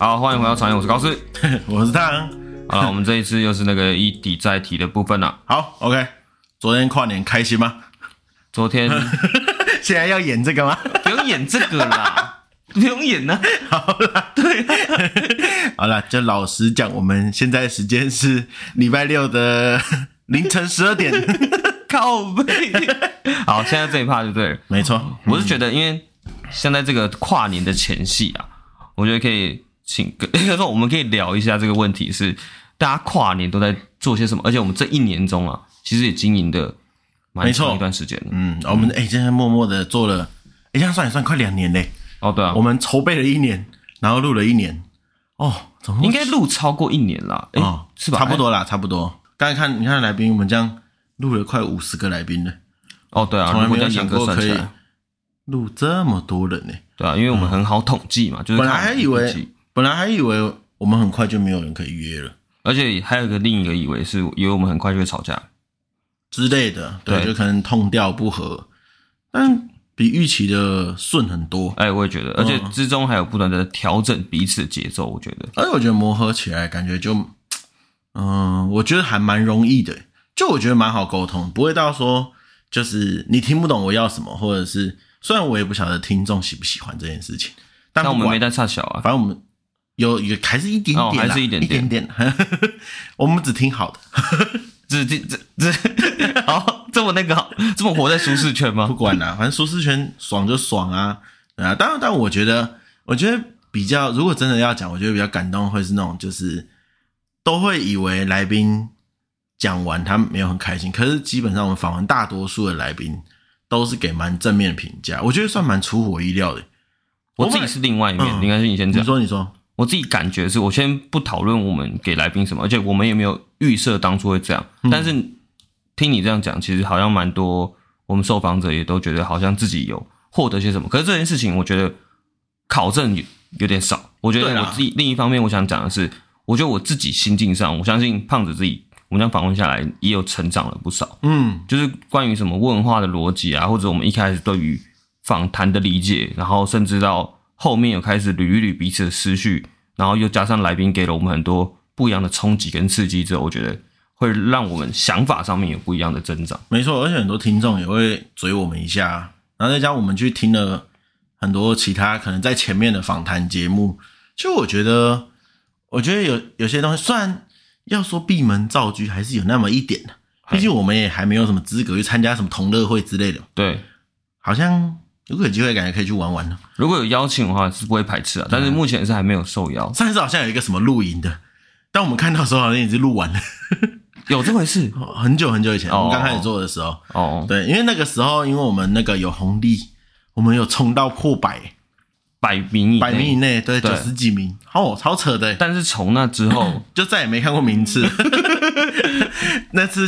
好，欢迎回到产业，我是高斯， 我是汤。 好了，我们这一次又是那个一题再题的部分了。 好 ，OK。昨天跨年开心吗？ 昨天现在要演这个吗？ 不用演这个啦，不用演呢。 好啦，对，好啦，就老实讲，我们现在时间是礼拜六的凌晨12点， 靠背。好，现在这一趴就对了。 没错， 我是觉得，因为现在这个跨年的前夕啊，我觉得可以应该说我们可以聊一下这个问题是，大家跨年都在做些什么，而且我们这一年中啊，其实也经营的蛮长一段时间的。 我们现在默默的做了，这样算一算快2年嘞。 哦，对啊， 我们筹备了1年，然后录了1年。哦，怎么应该录超过1年啦？是吧？ 差不多啦，差不多。刚才看你看来宾，我们这样录了快50个来宾了。 哦，对啊， 从来没有想过可以录这么多人呢。 对啊，因为我们很好统计嘛，就是本来还以为我们很快就没有人可以约了， 而且还有另一个以为我们很快就会吵架之类的，对，就可能痛调不合，但比预期的顺很多。 我也觉得，而且之中还有不断的调整彼此的节奏，我觉得。 而且我觉得磨合起来感觉就，我觉得还蛮容易的，就我觉得蛮好沟通，不会到说就是你听不懂我要什么，或者是虽然我也不晓得听众喜不喜欢这件事情，但我们没在差小啊， 反正我们有还是一点点啦， 还是一点点， 我们只听好的。 好，这么这么活在舒适圈吗？ 不管啦，反正舒适圈爽就爽啊，对啊。当然，我觉得比较，如果真的要讲，我觉得比较感动会是那种，就是都会以为来宾讲完他没有很开心，可是基本上我们访问大多数的来宾都是给蛮正面的评价，我觉得算蛮出乎我意料的。 我自己是另外一面，应该是你先讲。 你说。 我自己感觉是我先不讨论我们给来宾什么，而且我们也没有预设当初会这样。但是听你这样讲，其实好像蛮多我们受访者也都觉得好像自己有获得些什么。可是这件事情，我觉得考证有点少。我觉得我自己另一方面，我想讲的是，我觉得我自己心境上，我相信胖子自己，我们这样访问下来也有成长了不少。就是关于什么问话的逻辑啊，或者我们一开始对于访谈的理解，然后甚至到后面有开始捋一捋彼此的思绪，然后又加上来宾给了我们很多不一样的冲击跟刺激之后，我觉得会让我们想法上面有不一样的增长。 没错，而且很多听众也会追我们一下，然后再加上我们去听了很多其他可能在前面的访谈节目，就我觉得有些東西雖然要說閉門造車還是有那麼一點的，畢竟我們也還沒有什麼資格去參加什麼同樂會之類的。 對， 好像如果有機會感覺可以去玩玩。 如果有邀請的話是不會排斥啊，但是目前是還沒有受邀。 上一次好像有一個什麼錄影的，但我們看到的時候好像已經錄完了。 有這回事？ 很久很久以前，我們剛開始做的時候。對，因為那個時候因為我們那個有紅利，我們有衝到破100名以內，對，90幾名，超扯的。 但是從那之後就再也沒看過名次。那次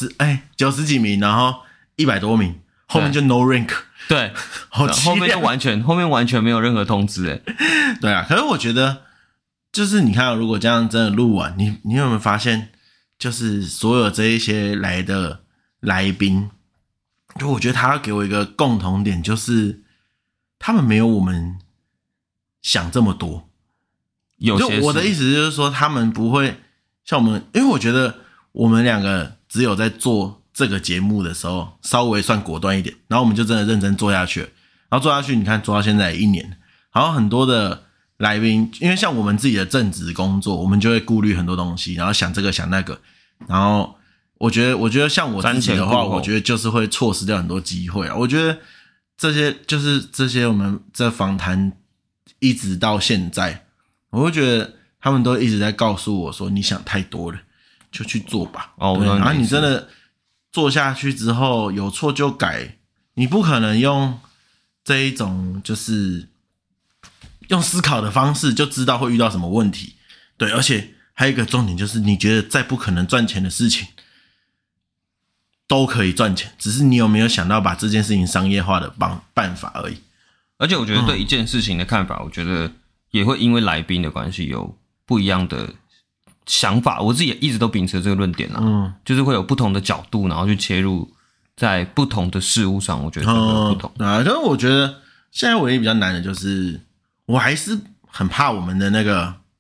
90幾名，然後100多名，後面就 no rank。 對， 好後面完全沒有任何通知誒。 對啊，可是我覺得就是你看，如果這樣真的錄完，你有沒有發現，就是所有這一些來的來賓，就我覺得他給我一個共同點，就是他們沒有我們想這麼多。就我的意思就是說，他們不會像我們，因為我覺得我們兩個只有在做這個節目的時候稍微算果斷一點，然後我們就真的認真做下去了，然後做下去你看做到現在1年，然後很多的來賓，因為像我們自己的正職工作，我們就會顧慮很多東西，然後想這個想那個，然後我覺得像我自己的話，我覺得就是會錯失掉很多機會啊。我覺得這些我們這訪談一直到現在，我會覺得他們都一直在告訴我說，你想太多了，就去做吧。然後你真的做下去之後有錯就改，你不可能用這一種就是用思考的方式就知道會遇到什麼問題。對，而且還有一個重點就是你覺得再不可能賺錢的事情都可以賺錢，只是你有沒有想到把這件事情商業化的辦法而已。 而且我覺得對一件事情的看法，我覺得也會因為來賓的關係有不一樣的想法。我自己也一直都秉持這個論點啦，就是會有不同的角度，然後去切入在不同的事物上，我覺得會有不同。 可是我覺得現在唯一比較難的就是，我還是很怕我們的那個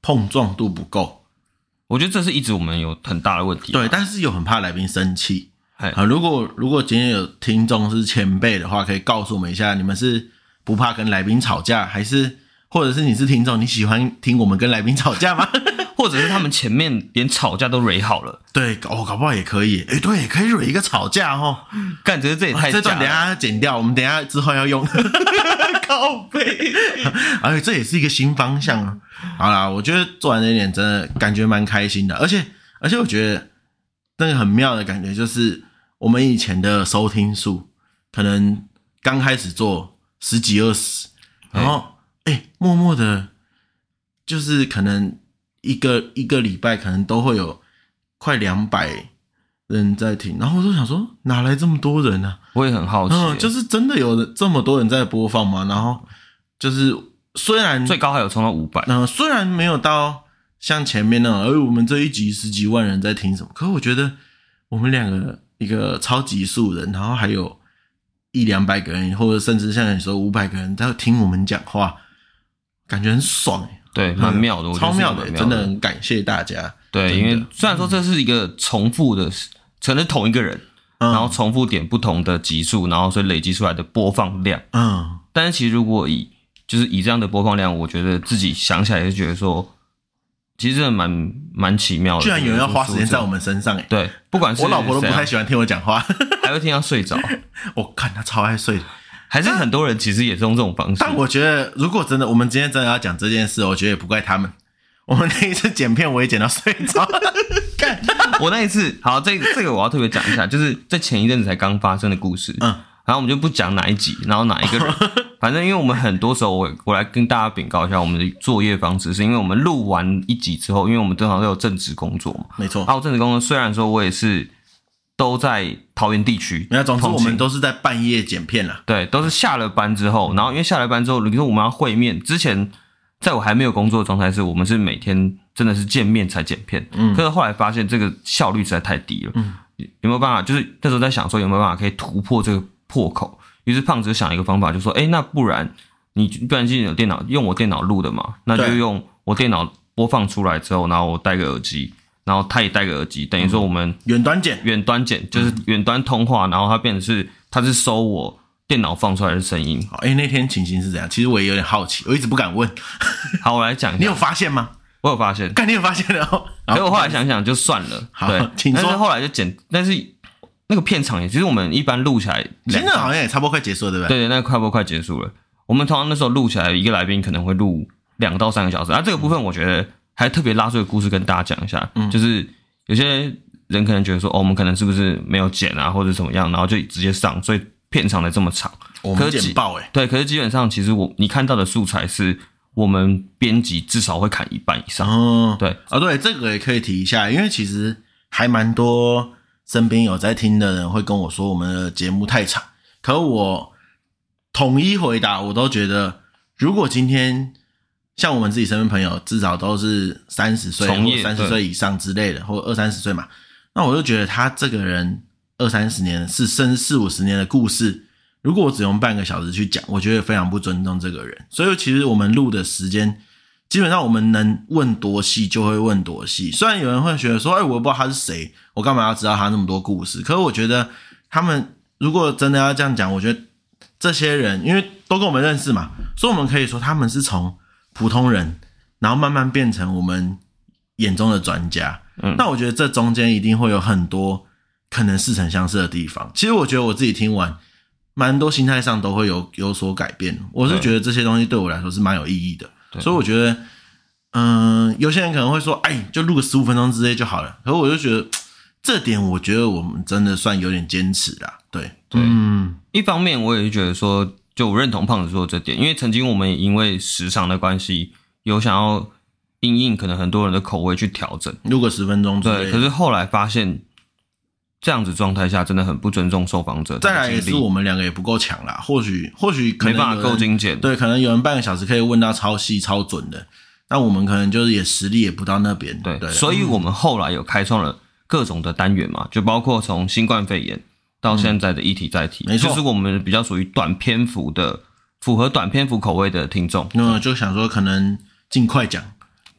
碰撞度不够。 我觉得这是一直我们有很大的问题。 对，但是又很怕来宾生气。如果今天有听众是前辈的话，可以告诉我们一下，你们是不怕跟来宾吵架，还是或者是你是听众，你喜欢听我们跟来宾吵架吗？ 或者是他们前面连吵架都蕊好了？对， 搞不好也可以。对，可以蕊一个吵架哦。 干，这也太假了。 这段等一下剪掉，我们等一下之后要用。靠北，这也是一个新方向啊。好啦，我觉得做完这一点真的感觉蛮开心的，而且我觉得那个很妙的感觉就是我们以前的收听数可能刚开始做10几20，然后默默的就是可能一个礼拜可能都会有快200人在听，然后我就想说哪来这么多人啊？ 我也很好奇， 就是真的有这么多人在播放吗？然后就是虽然最高还有冲到500， 虽然没有到像前面那种，我们这一集10几万人在听什么，可是我觉得我们两个一个超级素人，然后还有100-200个人，或者甚至像你说500个人在听我们讲话，感觉很爽对，蛮妙的， 超妙的，真的很感谢大家。 对，因为虽然说这是一个重复的，可能同一个人，然后重复点不同的集数，然后所以累积出来的播放量，但是其实如果以这样的播放量，我觉得自己想起来也是觉得说，其实真的蛮奇妙的。 居然有人要花时间在我们身上对，不管是我老婆都不太喜欢听我讲话， 还会听到睡着。 我看她超爱睡的。 还是很多人其实也是用这种方式。 但我觉得，如果真的我们今天真的要讲这件事，我觉得也不怪他们。我们那一次剪片，我也剪到睡着。 我那一次，好，这个我要特别讲一下，就是在前一阵子才刚发生的故事。然后我们就不讲哪一集，然后哪一个人，反正因为我们很多时候我来跟大家禀告一下我们的作业方式，是因为我们录完一集之后，因为我们正好都有正职工作嘛， 没错。 然后正职工作虽然说我也是都在桃园地区， 没有，总之我们都是在半夜剪片啦。 对，都是下了班之后，然后因为下了班之后，比如说我们要会面之前，在我还没有工作的状态是，我们是每天真的是见面才剪片。可是后来发现这个效率实在太低了。有没有办法？就是那时候在想说有没有办法可以突破这个破口？于是胖子想一个方法，就说：那不然你有电脑，用我电脑录的嘛？那就用我电脑播放出来之后，然后我戴个耳机。然后他也戴个耳机，等于说我们远端剪就是远端通话，然后它变成是它是收我电脑放出来的声音。 那天情形是怎样？其实我也有点好奇，我一直不敢问。 好，我来讲一下。 你有发现吗？ 我有发现。 你有发现了哦。 可是我后来想想就算了。 好， 对， 请说。 但是后来就剪，但是那个片场也，其实我们一般录起来， 现在好像也差不多快结束了，对不对？ 对，那个快结束了。我们通常那时候录起来，一个来宾可能会录2到3个小时。这个部分我觉得还特别拉出个故事跟大家讲一下，就是有些人可能觉得说，我们可能是不是没有剪啊，或者怎么样，然后就直接上，所以片长才这么长。 我们剪爆对，可是基本上其实你看到的素材是我们编辑至少会砍1半以上。对， 对，这个也可以提一下，因为其实还蛮多身边有在听的人会跟我说我们的节目太长，可我统一回答，我都觉得如果今天像我们自己身边朋友至少都是30岁或30岁以上之类的，或20-30岁嘛，那我就觉得他这个人20-30年甚至40-50年的故事，如果我只用半个小时去讲，我觉得非常不尊重这个人。所以其实我们录的时间基本上我们能问多细就会问多细。虽然有人会觉得说我不知道他是谁，我干嘛要知道他那么多故事，可是我觉得他们如果真的要这样讲，我觉得这些人因为都跟我们认识嘛，所以我们可以说他们是从普通人然后慢慢变成我们眼中的专家。那我觉得这中间一定会有很多可能似曾相识的地方。其实我觉得我自己听完蛮多心态上都会有所改变，我是觉得这些东西对我来说是蛮有意义的。所以我觉得有些人可能会说就录个15分钟之类就好了，可是我就觉得这点我觉得我们真的算有点坚持啦。对， 一方面我也是觉得说，就我认同胖子说的这点，因为曾经我们也因为时长的关系有想要因应可能很多人的口味去调整， 录个10分钟之类的。 对，可是后来发现这样子状态下真的很不尊重受访者。 再来也是我们两个也不够强啦，或许可能没办法够精简。 对，可能有人半个小时可以问到超细超准的，那我们可能就是也实力也不到那边。 对，所以我们后来有开创了各种的单元嘛，就包括从新冠肺炎到现在的议题载体， 没错， 就是我们比较属于短篇幅的，符合短篇幅口味的听众。 那就想说可能尽快讲。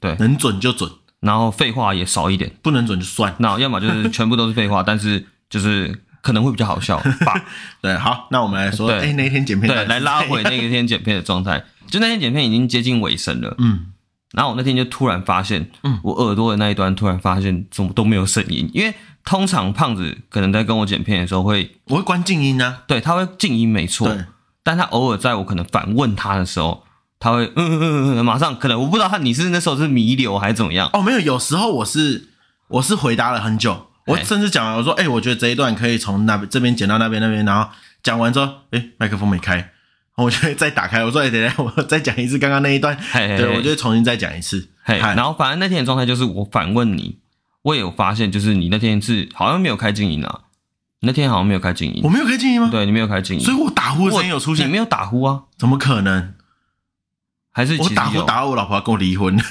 对， 能准就准， 然后废话也少一点， 不能准就算。 那要么就是全部都是废话，但是就是可能会比较好笑吧。 对，好，那我们来说，那一天剪片， 对，来拉回那一天剪片的状态。就那天剪片已经接近尾声了，然后我那天就突然发现，我耳朵的那一端突然发现怎么都没有声音，因为通常胖子可能在跟我剪片的时候我会关静音啊， 对，他会静音没错，但他偶尔在我可能反问他的时候，他会马上可能我不知道你是那时候是弥留还是怎么样。 没有，有时候我是回答了很久，我甚至讲完我说，我觉得这一段可以从这边剪到那边，然后讲完之后，麦克风没开。我就会再打开，我说等一下我再讲一次刚刚那一段，对，我就会重新再讲一次。 然后反正那天的状态就是我反问你，我也有发现就是你那天是好像没有开静音啊，那天好像没有开静音。 我没有开静音吗？ 对，你没有开静音， 所以我打呼的声音有出现。 你没有打呼啊？ 怎么可能？ 还是其实我打呼打到我老婆要跟我离婚。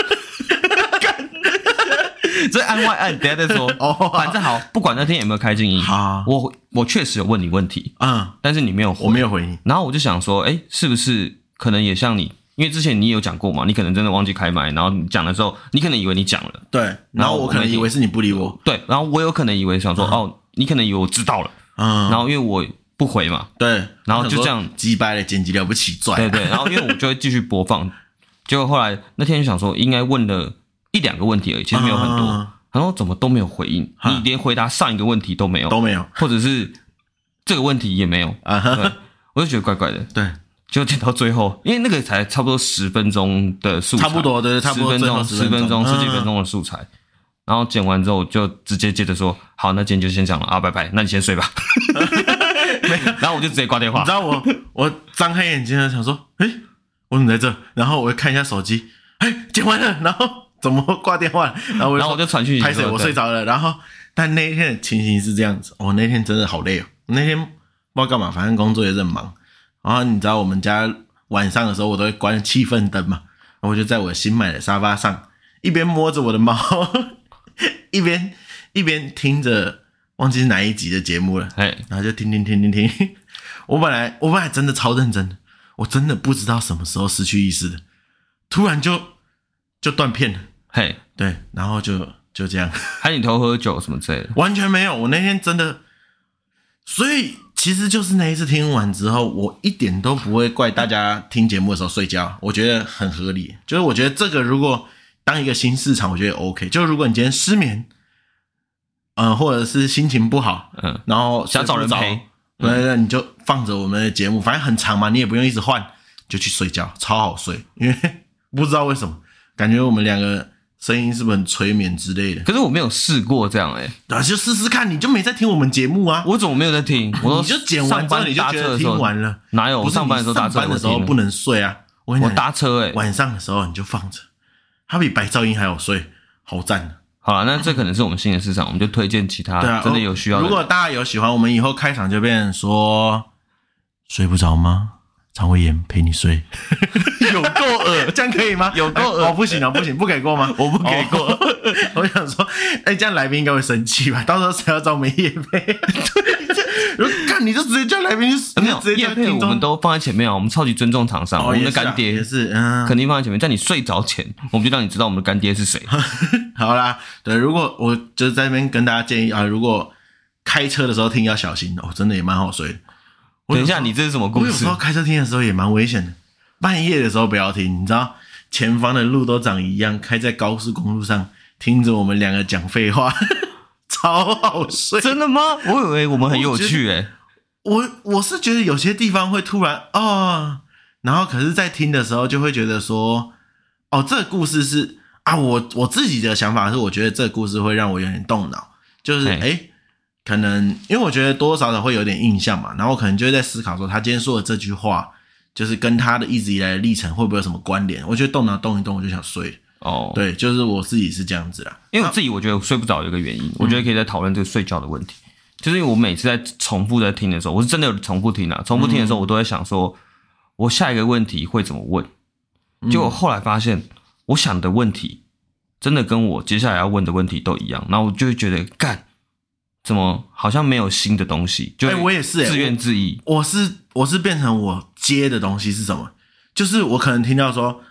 这案外案，等一下再说。反正好，不管那天有没有开静音，我确实有问你问题，但是你没有回， 我没有回你。 然后我就想说，是不是可能也像你，因为之前你有讲过嘛，你可能真的忘记开麦，然后你讲的时候，你可能以为你讲了， 对，然后我可能以为是你不理我， 对，然后我有可能以为想说，你可能以为我知道了，然后因为我不回嘛， 对， 然后就这样鸡掰的剪辑了不起拽， 对，然后因为我就会继续播放，结果后来那天就想说，应该问了1-2个问题而已，其实没有很多。然后怎么都没有回应，你连回答上一个问题都没有，或者是这个问题也没有，对，我就觉得怪怪的。 对， 就剪到最后，因为那个才差不多10分钟的素材， 差不多对，差不多 10分钟、10分钟、10几分钟的素材。然后剪完之后，就直接接着说：“好，那今天就先讲了啊，拜拜，那你先睡吧。”然后我就直接挂电话。 你知道我张开眼睛想说：“我怎么在这？”然后我看一下手机，剪完了，然后。怎么挂电话？然后我就传讯息， 拍谁我睡着了。然后，但那一天的情形是这样子，那天真的好累哦。那天不知道干嘛，反正工作也是很忙。然后你知道我们家晚上的时候，我都会关气氛灯嘛。然后我就在我新买的沙发上，一边摸着我的猫，一边听着忘记是哪一集的节目了。然后就听。我本来真的超认真的，我真的不知道什么时候失去意识的，突然就断片了，对，然后就这样。 还你偷喝酒什么之类的？ 完全没有，我那天真的，所以其实就是那一次听完之后，我一点都不会怪大家听节目的时候睡觉，我觉得很合理。就是我觉得这个如果当一个新市场，我觉得 OK。就是如果你今天失眠，或者是心情不好，然后想找人陪， 对，你就放着我们的节目，反正很长嘛，你也不用一直换，就去睡觉，超好睡。因为不知道为什么。感觉我们两个声音是不是很催眠之类的？ 可是我没有试过这样就试试看，你就没在听我们节目啊？ 我怎么没有在听？我你就剪完之后你就觉得听完了， 哪有？我上班的时候搭车， 上班的时候不能睡啊！我搭车晚上的时候你就放着，它比白噪音还好睡，好赞。 好了，那这可能是我们新的市场，我们就推荐其他真的有需要的。 如果大家有喜欢，我们以后开场就变成说睡不着吗？肠胃炎陪你睡，有够恶，这样可以吗？ 有够恶， 不行，不给过吗？ 我不给过。 我想说，这样来宾应该会生气吧？到时候谁要找我们业配？对，看你就直接叫来宾， 没有业配，我们都放在前面啊。我们超级尊重厂商，我们的干爹也是， 肯定放在前面。在你睡着前，我们就让你知道我们的干爹是谁。 好啦，对，如果我就在那边跟大家建议啊，如果开车的时候听要小心真的也蛮好睡的。 等一下，你这是什么故事？ 我有时候开车听的时候也蛮危险的，半夜的时候不要听，你知道前方的路都长一样，开在高速公路上，听着我们两个讲废话，超好睡。真的吗？ 我以为我们很有趣我是觉得有些地方会突然然后可是在听的时候就会觉得说这个故事是我自己的想法是，我觉得这个故事会让我有点动脑，就是可能因为我觉得多多少少会有点印象嘛，然后我可能就会在思考说他今天说的这句话就是跟他的一直以来的历程会不会有什么关联。我觉得动脑动一动我就想睡对，就是我自己是这样子啦。 因为我自己我觉得我睡不着有一个原因，我觉得可以再讨论这个睡觉的问题。就是因为我每次在重复在听的时候，我是真的有重复听重复听的时候我都在想说我下一个问题会怎么问，结果后来发现我想的问题真的跟我接下来要问的问题都一样，然后我就会觉得干怎么好像没有新的东西，就我也是自怨自艾。 我是变成我接的东西是什么，就是我可能听到说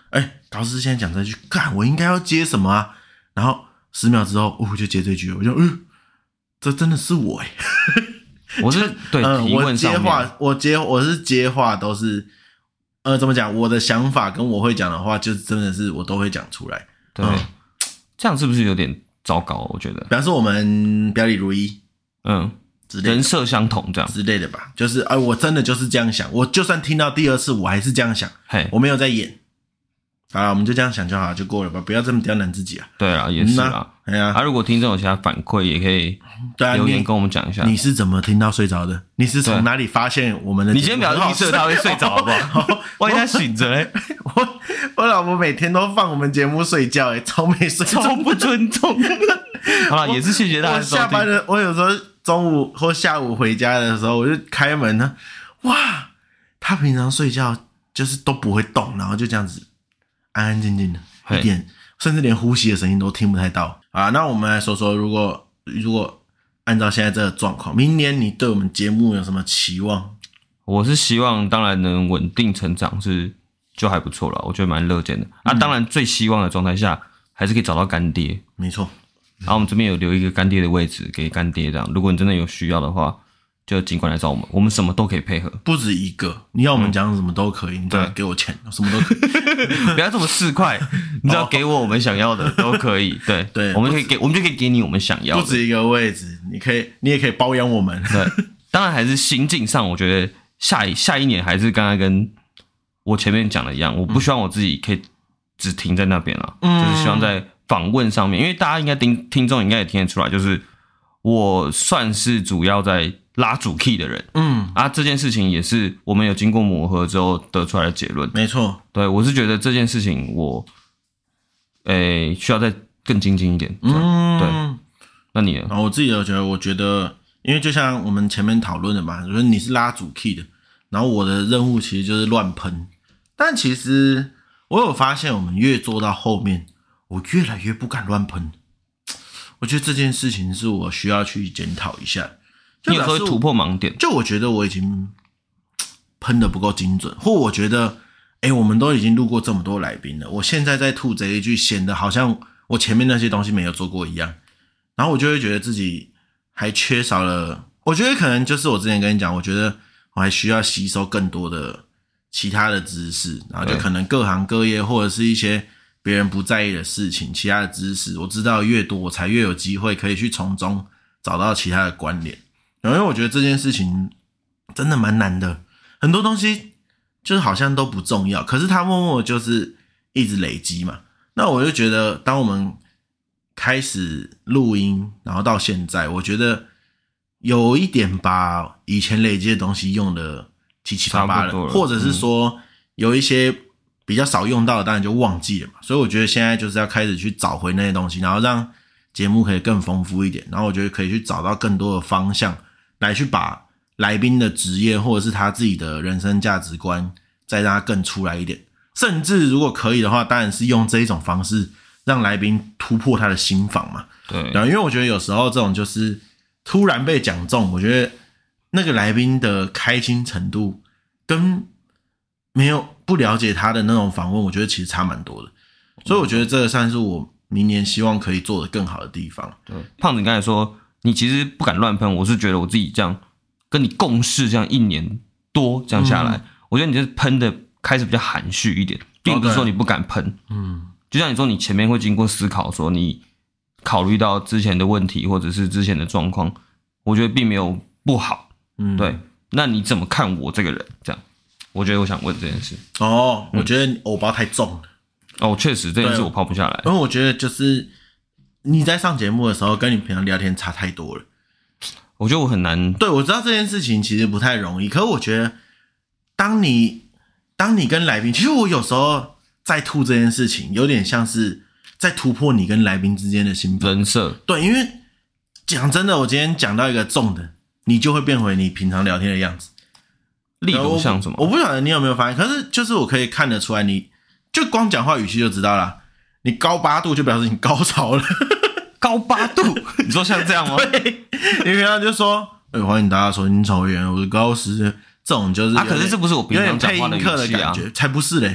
导师现在讲这句，干，我应该要接什么啊？然后10秒之后，我就接这句，我就这真的是我我是对提问上面， 我是接话都是怎么讲？我的想法跟我会讲的话，就真的是我都会讲出来。 对，这样是不是有点糟糕？我觉得， 比方说我们表里如一， 人设相同这样之类的吧，就是我真的就是这样想，我就算听到第2次，我还是这样想，我没有在演。好了，我们就这样想就好，就过了吧，不要这么刁难自己啊。 对啊，也是啊。如果听众有其他反馈，也可以留言跟我们讲一下。 你是怎么听到睡着的？你是从哪里发现我们的？ 你先不要预设他会睡着好不好？万一他醒着嘞？ 我老婆每天都放我们节目睡觉，超没睡， 超不尊重。好了，也是谢谢大家收听。 我下班了，我有时候中午或下午回家的时候，我就开门呢，哇，他平常睡觉就是都不会动，然后就这样子。安安静静的，一点甚至连呼吸的声音都听不太到啊。那我们来说说，如果按照现在这个状况，明年你对我们节目有什么期望？ 我是希望，当然能稳定成长就还不错了，我觉得蛮乐见的当然最希望的状态下，还是可以找到干爹， 没错。 然后我们这边有留一个干爹的位置给干爹，这样如果你真的有需要的话，就尽管来找我们，我们什么都可以配合， 不止一个。你要我们讲什么都可以，你只要给我钱，什么都可以。 不要这么市侩，你只要给我们想要的都可以。对，我们就可以给你我们想要的。 不止一个位置，你也可以包养我们。 对，当然还是心境上，我觉得下一年还是刚刚跟我前面讲的一样，我不希望我自己可以只停在那边了，就是希望在访问上面，因为大家应该听众应该也听得出来，就是我算是主要在拉主 key 的人，这件事情也是我们有经过磨合之后得出来的结论。 没错， 对，我是觉得这件事情我，需要再更精进一点。对，那你呢？ 我自己我觉得，因为就像我们前面讨论的嘛，就是你是拉主 key 的，然后我的任务其实就是乱喷。但其实我有发现，我们越做到后面，我越来越不敢乱喷。我觉得这件事情是我需要去检讨一下。 你有时候会突破盲点， 就我觉得我已经喷的不够精准，或我觉得，我们都已经录过这么多来宾了，我现在在吐这一句，显得好像我前面那些东西没有做过一样，然后我就会觉得自己还缺少了。我觉得可能就是我之前跟你讲，我觉得我还需要吸收更多的其他的知识，然后就可能各行各业或者是一些别人不在意的事情，其他的知识，我知道越多，我才越有机会可以去从中找到其他的关联。因为我觉得这件事情真的蛮难的，很多东西就是好像都不重要，可是它默默就是一直累积嘛。那我就觉得，当我们开始录音，然后到现在，我觉得有一点把以前累积的东西用的七七八八了，或者是说有一些比较少用到的，当然就忘记了嘛。所以我觉得现在就是要开始去找回那些东西，然后让节目可以更丰富一点，然后我觉得可以去找到更多的方向。来去把来宾的职业或者是他自己的人生价值观再让他更出来一点，甚至如果可以的话，当然是用这一种方式让来宾突破他的心防嘛。 对， 然后因为我觉得有时候这种就是突然被讲中，我觉得那个来宾的开心程度跟没有不了解他的那种访问，我觉得其实差蛮多的。所以我觉得这个算是我明年希望可以做得更好的地方。 对，胖子你刚才说你其实不敢乱喷，我是觉得我自己这样跟你共事这样1年多这样下来，我觉得你就是喷的开始比较含蓄一点，并不是说你不敢喷。就像你说你前面会经过思考，说你考虑到之前的问题或者是之前的状况，我觉得并没有不好。对，那你怎么看我这个人？这样，我觉得我想问这件事。 我觉得你偶包太重了。 确实这件事我抛不下来， 因为我觉得就是你在上节目的时候跟你平常聊天差太多了。 我觉得我很难。 对，我知道这件事情其实不太容易，可是我觉得当你跟来宾，其实我有时候在吐这件事情有点像是在突破你跟来宾之间的心防人设。 对，因为讲真的，我今天讲到一个重的，你就会变回你平常聊天的样子。 例如像什么？ 我不晓得你有没有发现，可是就是我可以看得出来，你就光讲话语气就知道啦。你高8度就表示你高潮了。 高8度？你说像这样吗？ 对，你平常就说欢迎大家收听草原，我是高10，这种就是可是这不是我平常讲话的语气啊？ 才不是嘞。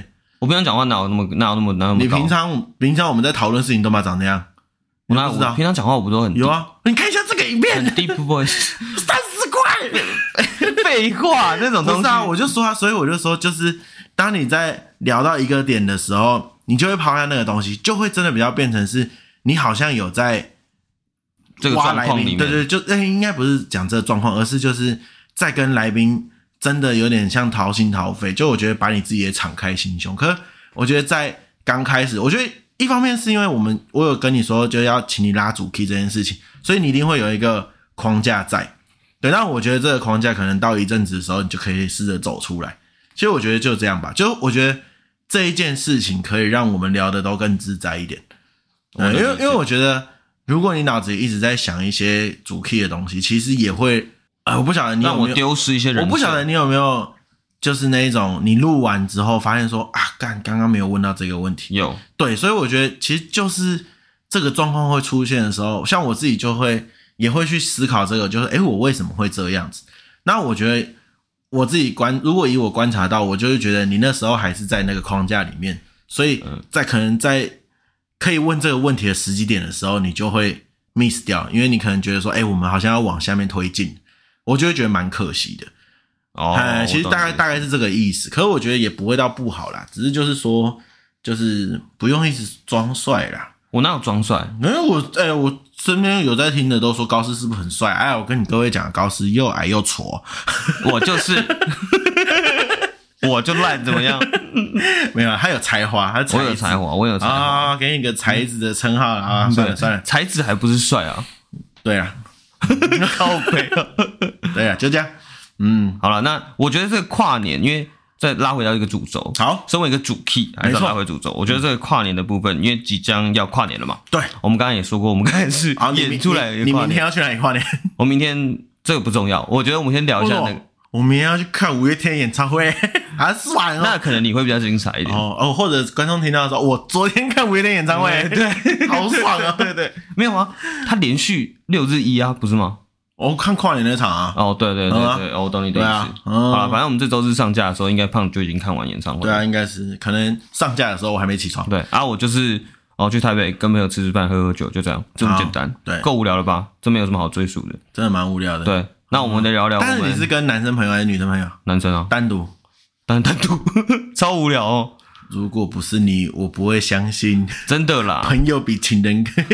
我平常讲话哪有那么高？ 你平常我们在讨论事情都嘛长那样？ 我平常讲话我不都很有啊？你看一下这个影片， 很 deep voice， 30块， 废话那种东西。 不是啊，我就说啊，所以我就说，就是当你在聊到一个点的时候，你就会抛下那个东西，就会真的比较变成是你好像有在这个状况里面， 对，就应该不是讲这个状况，而是就是在跟来宾真的有点像掏心掏肺，就我觉得把你自己也敞开心胸。可是我觉得在刚开始，我觉得一方面是因为我有跟你说就要请你拉主 key 这件事情，所以你一定会有一个框架在。对，但我觉得这个框架可能到一阵子的时候，你就可以试着走出来。其实我觉得就这样吧，就我觉得这一件事情可以让我们聊的都更自在一点。因为我觉得，如果你脑子里一直在想一些主 key 的东西，其实也会我不晓得你有没有让我丢失一些人设。 我不晓得你有没有就是那一种你录完之后发现说啊，刚刚没有问到这个问题。 有， 对，所以我觉得其实就是这个状况会出现的时候，像我自己也会去思考这个，就是我为什么会这样子？那我觉得我自己如果以我观察到，我就会觉得你那时候还是在那个框架里面，所以可能在可以问这个问题的时机点的时候，你就会 miss 掉，因为你可能觉得说，我们好像要往下面推进，我就会觉得蛮可惜的。其实大概是这个意思，可是我觉得也不会到不好啦，只是就是说，就是不用一直装帅啦。 我哪有装帅？ 因为我身边有在听的都说高斯是不是很帅？我跟你各位讲，高斯又矮又矬， 我就是，我就烂怎么样？ 没有，他有才华， 我有才华给你个才子的称号啊！算了， 才子还不是帅啊？ 对啊， 靠北啊！ 对啊，就这样。 好了，那我觉得这个跨年，因为再拉回到一个主轴， 好， 身为一个主 key， 还是拉回主轴。我觉得这个跨年的部分，因为即将要跨年了嘛， 对， 我们刚刚也说过，我们刚才是演出来你明天要去哪里跨年？ 我明天这个不重要，我觉得我们先聊一下那个。 我明天要去看五月天演唱会，好爽哦！ 那可能你会比较精彩一点或者观众听到说，我昨天看五月天演唱会， 对， 好爽啊！ 对，没有啊，他连续6日1啊，不是吗？ 我看跨年那场啊。 对，我懂你的意思。好了，反正我们这周日上架的时候，应该胖就已经看完演唱会。 对啊，应该是，可能上架的时候我还没起床。 对啊，我就是去台北跟朋友吃饭喝酒，就这样，这么简单。 对， 够无聊了吧？这没有什么好追溯的， 真的蛮无聊的。 对，那我们再聊聊。 但是你是跟男生朋友还是女生朋友？ 男生啊， 单独， 超无聊哦。 如果不是你，我不会相信。 真的啦， 朋友比情人更。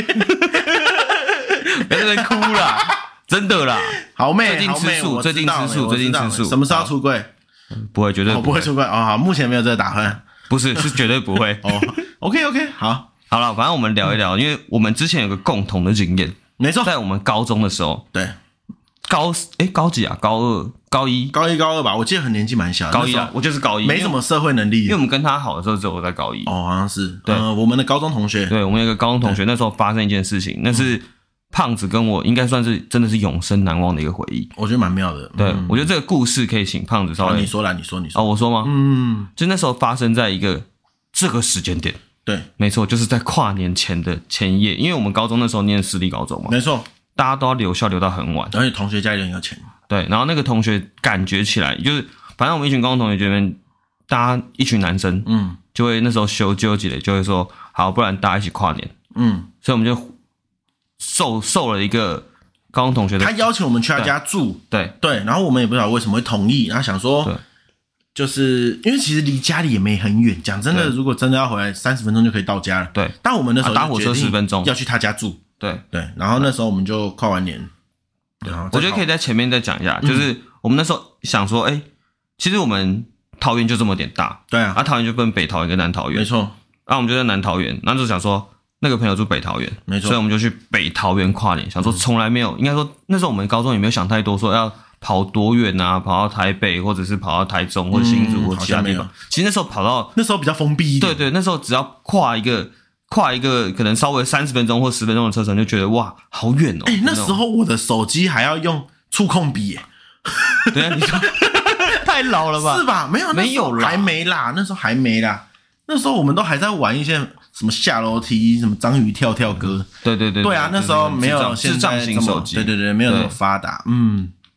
别在那哭啦，真的啦。 好妹， 最近吃素。 什么时候出柜？ 不会，绝对不会出柜。好，目前没有这个打算。 不是绝对不会。 OK， 好了，反正我们聊一聊，因为我们之前有个共同的经验， 没错， 在我们高中的时候， 对， 高几啊？高2、高1、 高1吧，我记得很年纪蛮小的。 高1啊，我就是高1， 没什么社会能力。 因为我们跟他好的时候，只有我在高1。 好像是。 对， 我们的高中同学。 对，我们有一个高中同学，那时候发生一件事情，那是胖子跟我应该算是真的是永生难忘的一个回忆。 我觉得蛮妙的。 对，我觉得这个故事可以请胖子稍微。 你说。 我说吗？就那时候发生在一个这个时间点。 对， 没错，就是在跨年前的前一夜，因为我们高中那时候念私立高中嘛， 没错， 大家都要留校留到很晚， 而且同学家里很有钱。 对，然后那个同学感觉起来就是，反正我们一群高中同学这边，大家一群男生，就会那时候纠结的，就会说，好，不然大家一起跨年，所以我们就受了一个高中同学的， 他邀请我们去他家住， 对， 然后我们也不知道为什么会同意，然后想说。就是因为其实离家里也没很远，讲真的，如果真的要回来30分钟就可以到家了。 对， 但我们那时候搭火车10分钟要去他家住。 对， 然后那时候我们就跨完年。 我觉得可以在前面再讲一下，就是我们那时候想说，其实我们桃园就这么点大， 对啊， 桃园就分北桃园跟南桃园， 没错。 我们就在南桃园，那就想说那个朋友住北桃园， 没错， 所以我们就去北桃园跨年，想说从来没有，应该说那时候我们高中也没有想太多，说要跑多远啊，跑到台北或者是跑到台中或者新竹或其他地方。其实那时候那时候比较封闭一点。 对，那时候只要跨一个可能稍微30分钟或10分钟的车程，就觉得哇好远哦。 那时候我的手机还要用触控笔耶。 对啊，你说太老了吧？ 是吧？没有啦，还没啦，那时候还没啦。那时候我们都还在玩一些什么下楼梯、什么章鱼跳歌。 对啊， 那时候没有现在智障型手机。 对，没有那么发达。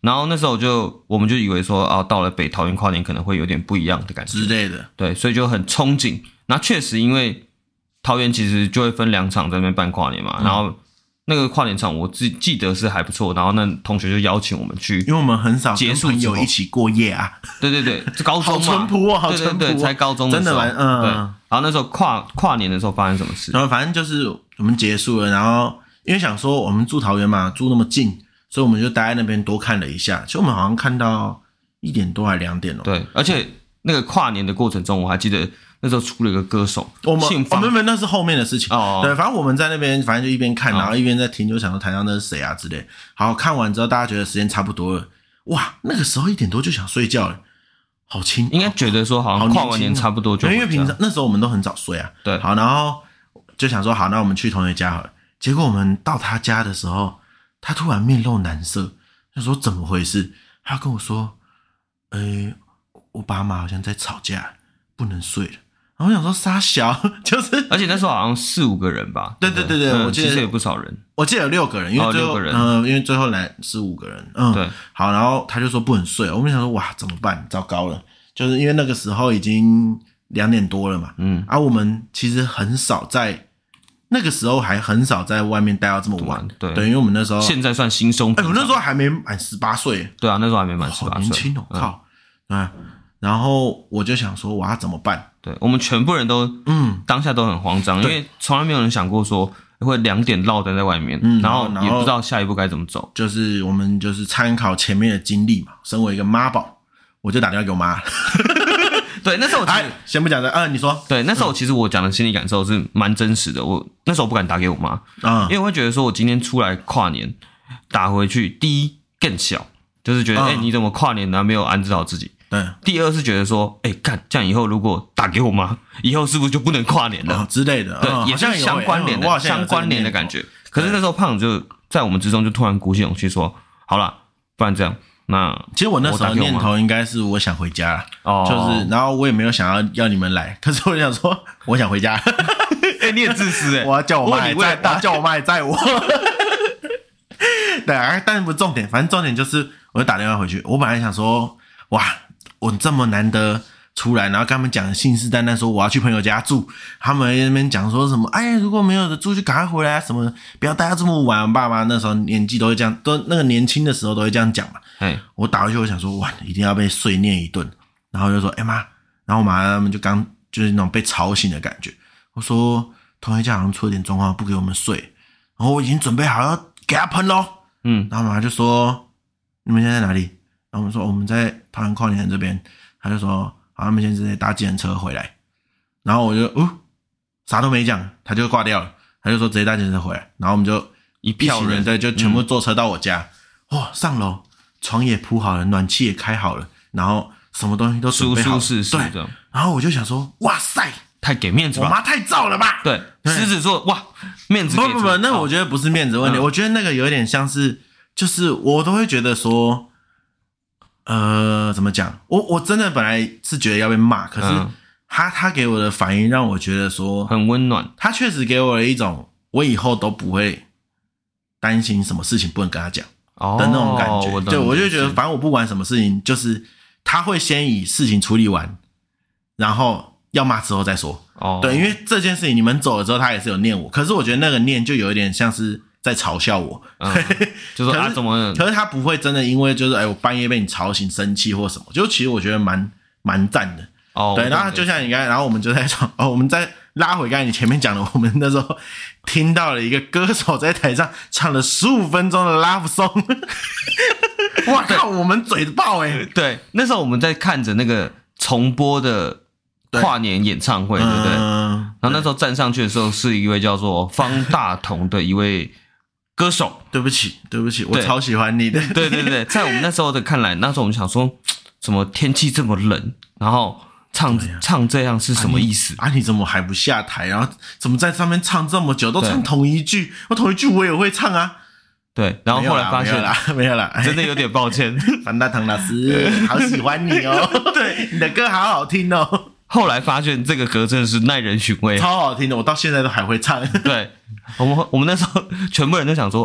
然后那时候我们就以为说啊，到了北桃园跨年可能会有点不一样的感觉之类的， 对，所以就很憧憬。那确实因为桃园其实就会分2场在那边办跨年嘛，然后那个跨年场我记得是还不错，然后那同学就邀请我们去， 因为我们很少跟朋友一起过夜啊。 对对对，是高中嘛， 好淳朴哦，好淳朴、哦， 对对对，才高中的时候， 真的蛮对。然后那时候跨年的时候发生什么事？ 然后反正就是我们结束了，然后因为想说我们住桃园嘛，住那么近，所以我们就待在那边多看了一下。其实我们好像看到1点多还2点哦。 对，而且那个跨年的过程中，我还记得那时候出了一个歌手， 我们那是后面的事情哦。 对，反正我们在那边，反正就一边看，然后一边在听，就想说台上那是谁啊之类。好，看完之后大家觉得时间差不多了，哇，那个时候1点多就想睡觉了，好轻。 应该觉得说好像跨完年差不多就， 因为平常那时候我们都很早睡啊。 对， 好，然后就想说好，那我们去同学家好了。结果我们到他家的时候，他突然面露难色，就说怎么回事？他跟我说，我爸妈好像在吵架，不能睡了。然后我想说傻小，就是， 而且那时候好像4-5个人吧。 对对对对，我记得其实也不少人。 我记得有6个人，因为最后因为最后来是5个人。 对。 好，然后他就说不能睡，我们想说哇怎么办？糟糕了，就是因为那个时候已经2点多了嘛。我们其实很少在那个时候还很少在外面待到这么晚。对，因为我们那时候现在算轻松。 我那时候还没满18岁。 对啊，那时候还没满18岁， 好年轻哦，靠。然后我就想说我要怎么办？ 对，我们全部人都当下都很慌张，因为从来没有人想过说会2点落单在外面，然后也不知道下一步该怎么走。 就是我们就是参考前面的经历嘛，身为一个妈宝，我就打电话给我妈。 对，那时候我先不讲的，你说。 对，那时候其实我讲的心理感受是蛮真实的。我那时候不敢打给我妈，因为我会觉得说我今天出来跨年打回去，第一更小，就是觉得你怎么跨年呢没有安置好自己。 对， 第二是觉得说，干这样以后如果打给我妈，以后是不是就不能跨年了之类的？ 对，也是相关联的感觉。可是那时候胖就在我们之中就突然鼓起勇气说，好啦，不然这样，那其实我那时候念头应该是我想回家啦，就是然后我也没有想要你们来，可是我想说我想回家。 你很自私我要叫我妈来载，叫我妈来载我。对啊，但是不是重点，反正重点就是我就打电话回去。我本来想说，哇，我这么难得出来，然后跟他们讲信誓旦旦说我要去朋友家住，他们在那边讲说什么，如果没有的住就赶快回来啊，什么不要待到这么晚。我爸妈那时候年纪都会这样，都那个年轻的时候都会这样讲嘛。我打回去，我想说，哇，一定要被碎念一顿，然后就说，妈，然后我妈他们就是那种被吵醒的感觉。我说同学家好像出了点状况，不给我们睡，然后我已经准备好要给他喷咯。然后妈妈就说，你们现在在哪里？然后我们说我们在桃园跨年这边，他就说好，他们现在直接搭计程车回来。然后我就啥都没讲，他就挂掉了。他就说直接搭计程车回来，然后我们就一票人对，就全部坐车到我家。上楼，床也铺好了，暖气也开好了，然后什么东西都准备好了， 舒适对。 然后我就想说，哇塞， 太给面子吧， 我妈太燥了吧？ 对，狮子座哇，面子给足。 不，那我觉得不是面子问题，我觉得那个有点像是，就是我都会觉得说。怎么讲？我真的本来是觉得要被骂，可是他给我的反应让我觉得说很温暖。 他确实给我了一种我以后都不会担心什么事情不能跟他讲的那种感觉。对，我就觉得反正我不管什么事情，就是他会先以事情处理完，然后要骂之后再说。对，因为这件事情你们走了之后，他也是有念我，可是我觉得那个念就有一点像是。在嘲笑我， 就说怎么？ 可是他不会真的因为就是我半夜被你吵醒生气或什么，就其实我觉得蛮赞的。对，然后就像你刚才，然后我们就在讲我们再拉回刚才你前面讲的，我们那时候听到了一个歌手在台上唱了15分钟的 love song， 哇靠，我们嘴爆对，那时候我们在看着那个重播的跨年演唱会，对不对？然后那时候站上去的时候，是一位叫做方大同的一位。歌手， 对不起，我超喜欢你的。 对，在我们那时候的看来，那时候我们想说，怎么天气这么冷，然后唱这样是什么意思？ 你怎么还不下台？然后怎么在上面唱这么久，都唱同一句？同一句我也会唱啊。 对，然后后来发现没有啦， 真的有点抱歉， 樊大同老师，好喜欢你哦。对，你的歌好好听哦。 后来发现这个歌真的是耐人寻味， 超好听的，我到现在都还会唱。 对，我们那时候全部人都想说，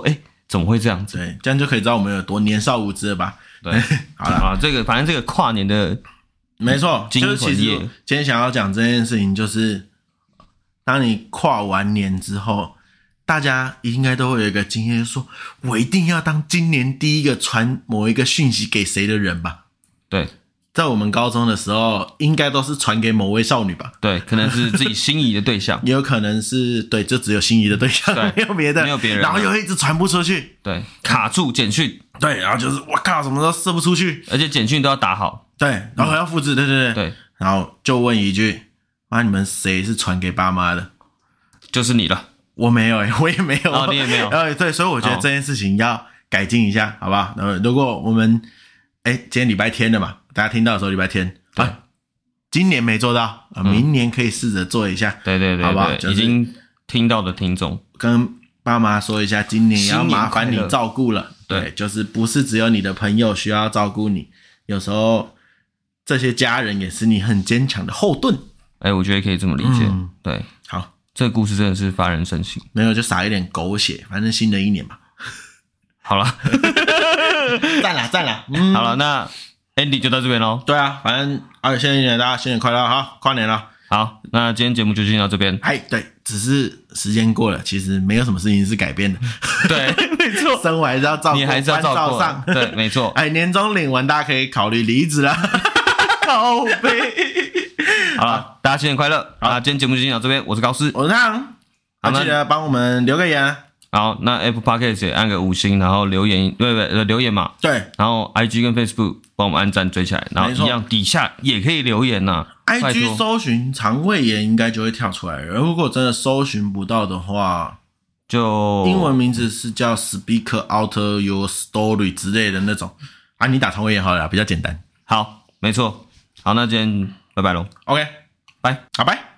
怎么会这样子？ 对，这样就可以知道我们有多年少无知了吧？ 对， 好了， 啊，反正这个跨年的， 没错，就是其实今天想要讲这件事情，就是当你跨完年之后，大家应该都会有一个经验，就是说我一定要当今年第一个传某一个讯息给谁的人吧？ 对。 在我们高中的时候，应该都是传给某位少女吧？ 对，可能是自己心仪的对象， 也有可能是对，就只有心仪的对象，没有别的， 没有别人， 然后又一直传不出去， 对，卡住简讯， 对，然后就是我靠，什么都射不出去， 而且简讯都要打好， 对，然后还要复制，对，然后就问一句，你们谁是传给爸妈的？ 就是你了， 我没有我也没有， 哦，你也没有， 对，所以我觉得这件事情要改进一下，好不好？如果我们今天礼拜天了嘛。大家听到的时候礼拜天，今年没做到，明年可以试着做一下， 对， 好不好？ 已经听到的听众跟爸妈说一下，今年也要麻烦你照顾了，对，就是不是只有你的朋友需要照顾你，有时候这些家人也是你很坚强的后盾。 我觉得可以这么理解，对， 好， 这个故事真的是发人深省， 没有就撒一点狗血，反正新的一年嘛。 好了， 赞啦， 好了，那。Andy 就到这边咯。 对啊，反正新的一年大家新年快乐，好，跨年了。 好，那今天节目就进到这边。 对，只是时间过了，其实没有什么事情是改变的。 对，没错， 生活还是要照顾， 你还是要照顾上。 对，没错。 年终领完，大家可以考虑离职了。 靠北。好了，大家新年快乐。好，今天节目就进到这边，我是高斯， 我是汤。好，记得帮我们留个言。 好，那 Apple Podcast 也按个5星，然后留言，留言嘛。 对， 然后 IG 跟 Facebook 帮我们按赞追起来，然后一样底下也可以留言呐。 IG 搜寻肠胃炎应该就会跳出来了，如果真的搜寻不到的话， 就英文名字是叫 Speak Out Your Story 之类的那种你打肠胃炎好了，比较简单。 好，没错。好，那今天拜拜咯。 OK， 拜， 好拜。